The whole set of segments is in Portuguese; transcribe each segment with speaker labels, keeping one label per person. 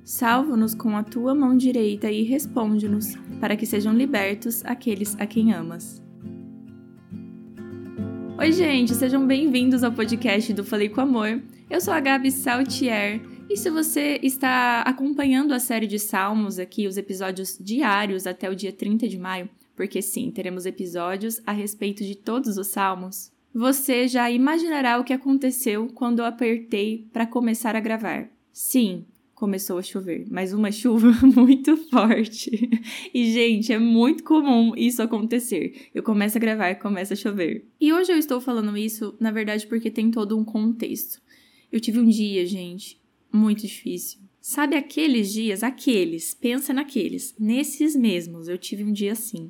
Speaker 1: Salva-nos com a tua mão direita e responde-nos, para que sejam libertos aqueles a quem amas. Oi, gente, sejam bem-vindos ao podcast do Falei com Amor. Eu sou a Gabi Saltier e se você está acompanhando a série de Salmos aqui, os episódios diários até o dia 30 de maio, porque sim, teremos episódios a respeito de todos os Salmos, você já imaginará o que aconteceu quando eu apertei para começar a gravar. Sim, começou a chover, mas uma chuva muito forte. E, gente, é muito comum isso acontecer. Eu começo a gravar e começa a chover. E hoje eu estou falando isso, na verdade, porque tem todo um contexto. Eu tive um dia, gente, muito difícil. Sabe aqueles dias? Pensa naqueles. Nesses mesmos, eu tive um dia assim.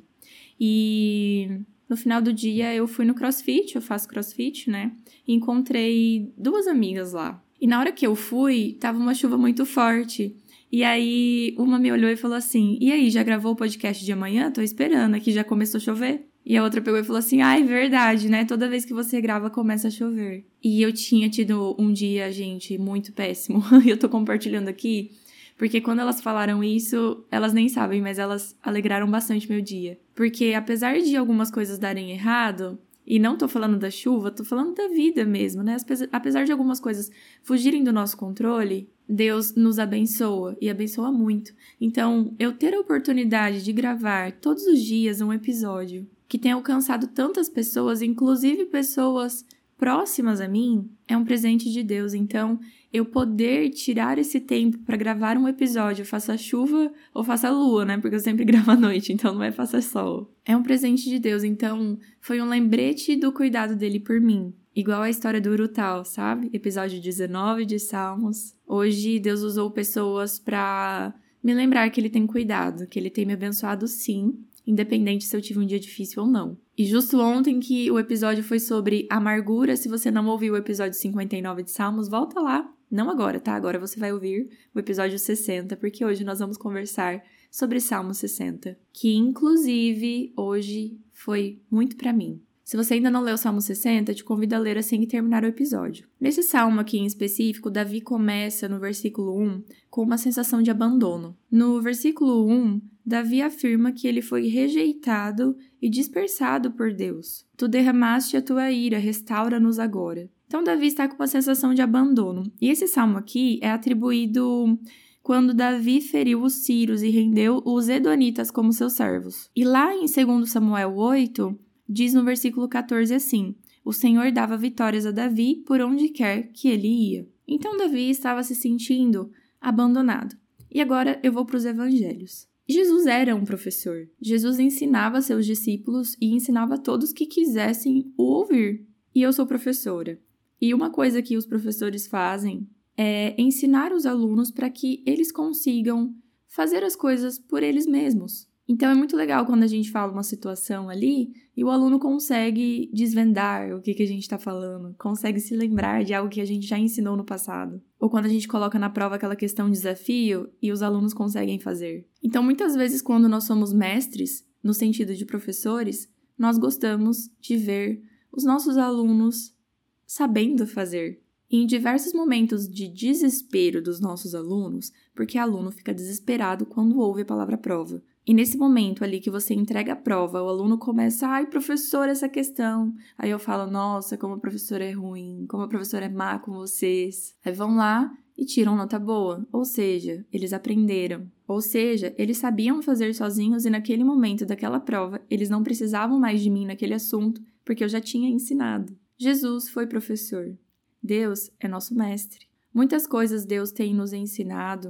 Speaker 1: E no final do dia eu fui no CrossFit, eu faço CrossFit, né? E encontrei duas amigas lá. E na hora que eu fui, tava uma chuva muito forte. E aí, uma me olhou e falou assim, e aí, já gravou o podcast de amanhã? Tô esperando, aqui já começou a chover. E a outra pegou e falou assim, é verdade, né? Toda vez que você grava, começa a chover. E eu tinha tido um dia, gente, muito péssimo. E eu tô compartilhando aqui, porque quando elas falaram isso, elas nem sabem, mas elas alegraram bastante meu dia. Porque apesar de algumas coisas darem errado... E não tô falando da chuva, tô falando da vida mesmo, né? Apesar de algumas coisas fugirem do nosso controle, Deus nos abençoa e abençoa muito. Então, eu ter a oportunidade de gravar todos os dias um episódio que tem alcançado tantas pessoas, inclusive pessoas próximas a mim, é um presente de Deus. Então, eu poder tirar esse tempo para gravar um episódio, faça chuva ou faça lua, né? Porque eu sempre gravo à noite, então não é faça sol. É um presente de Deus, então foi um lembrete do cuidado dele por mim. Igual a história do Urutau, sabe? Episódio 19 de Salmos. Hoje Deus usou pessoas para me lembrar que ele tem cuidado, que ele tem me abençoado sim, independente se eu tive um dia difícil ou não. E justo ontem que o episódio foi sobre amargura, se você não ouviu o episódio 59 de Salmos, volta lá. Não agora, tá? Agora você vai ouvir o episódio 60, porque hoje nós vamos conversar sobre Salmo 60, que inclusive hoje foi muito pra mim. Se você ainda não leu o Salmo 60, eu te convido a ler assim que terminar o episódio. Nesse salmo aqui em específico, Davi começa no versículo 1 com uma sensação de abandono. No versículo 1, Davi afirma que ele foi rejeitado e dispersado por Deus. Tu derramaste a tua ira, restaura-nos agora. Então, Davi está com uma sensação de abandono. E esse salmo aqui é atribuído quando Davi feriu os sírios e rendeu os edonitas como seus servos. E lá em 2 Samuel 8, diz no versículo 14 assim, o Senhor dava vitórias a Davi por onde quer que ele ia. Então, Davi estava se sentindo abandonado. E agora eu vou para os evangelhos. Jesus era um professor. Jesus ensinava seus discípulos e ensinava a todos que quisessem o ouvir. E eu sou professora. E uma coisa que os professores fazem é ensinar os alunos para que eles consigam fazer as coisas por eles mesmos. Então, é muito legal quando a gente fala uma situação ali e o aluno consegue desvendar o que a gente está falando, consegue se lembrar de algo que a gente já ensinou no passado. Ou quando a gente coloca na prova aquela questão desafio e os alunos conseguem fazer. Então, muitas vezes, quando nós somos mestres, no sentido de professores, nós gostamos de ver os nossos alunos sabendo fazer. E em diversos momentos de desespero dos nossos alunos, porque aluno fica desesperado quando ouve a palavra prova. E nesse momento ali que você entrega a prova, o aluno começa, ai, professor, essa questão. Aí eu falo, nossa, como a professora é ruim, como a professora é má com vocês. Aí vão lá e tiram nota boa. Ou seja, eles aprenderam. Ou seja, eles sabiam fazer sozinhos e naquele momento daquela prova, eles não precisavam mais de mim naquele assunto, porque eu já tinha ensinado. Jesus foi professor. Deus é nosso mestre. Muitas coisas Deus tem nos ensinado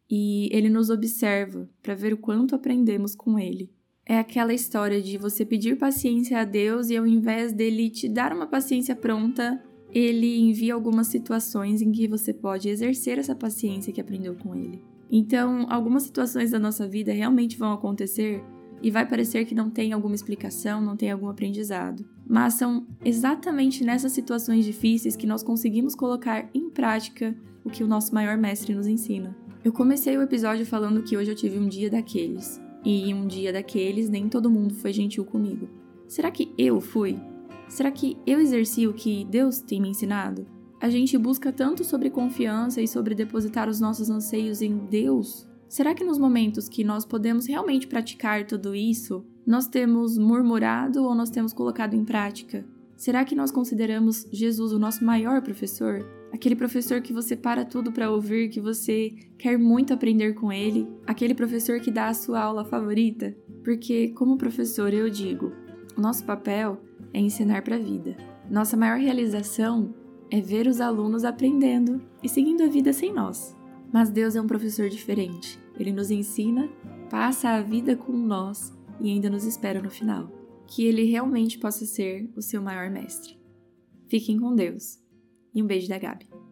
Speaker 1: e Ele nos observa para ver o quanto aprendemos com Ele. É aquela história de você pedir paciência a Deus e ao invés dele te dar uma paciência pronta, Ele envia algumas situações em que você pode exercer essa paciência que aprendeu com Ele. Então, algumas situações da nossa vida realmente vão acontecer e vai parecer que não tem alguma explicação, não tem algum aprendizado. Mas são exatamente nessas situações difíceis que nós conseguimos colocar em prática o que o nosso maior mestre nos ensina. Eu comecei o episódio falando que hoje eu tive um dia daqueles. E um dia daqueles, nem todo mundo foi gentil comigo. Será que eu fui? Será que eu exerci o que Deus tem me ensinado? A gente busca tanto sobre confiança e sobre depositar os nossos anseios em Deus. Será que nos momentos que nós podemos realmente praticar tudo isso, nós temos murmurado ou nós temos colocado em prática? Será que nós consideramos Jesus o nosso maior professor? Aquele professor que você para tudo para ouvir, que você quer muito aprender com ele? Aquele professor que dá a sua aula favorita? Porque, como professor, eu digo, o nosso papel é ensinar para a vida. Nossa maior realização é ver os alunos aprendendo e seguindo a vida sem nós. Mas Deus é um professor diferente. Ele nos ensina, passa a vida com nós e ainda nos espera no final. Que Ele realmente possa ser o seu maior mestre. Fiquem com Deus. E um beijo da Gabi.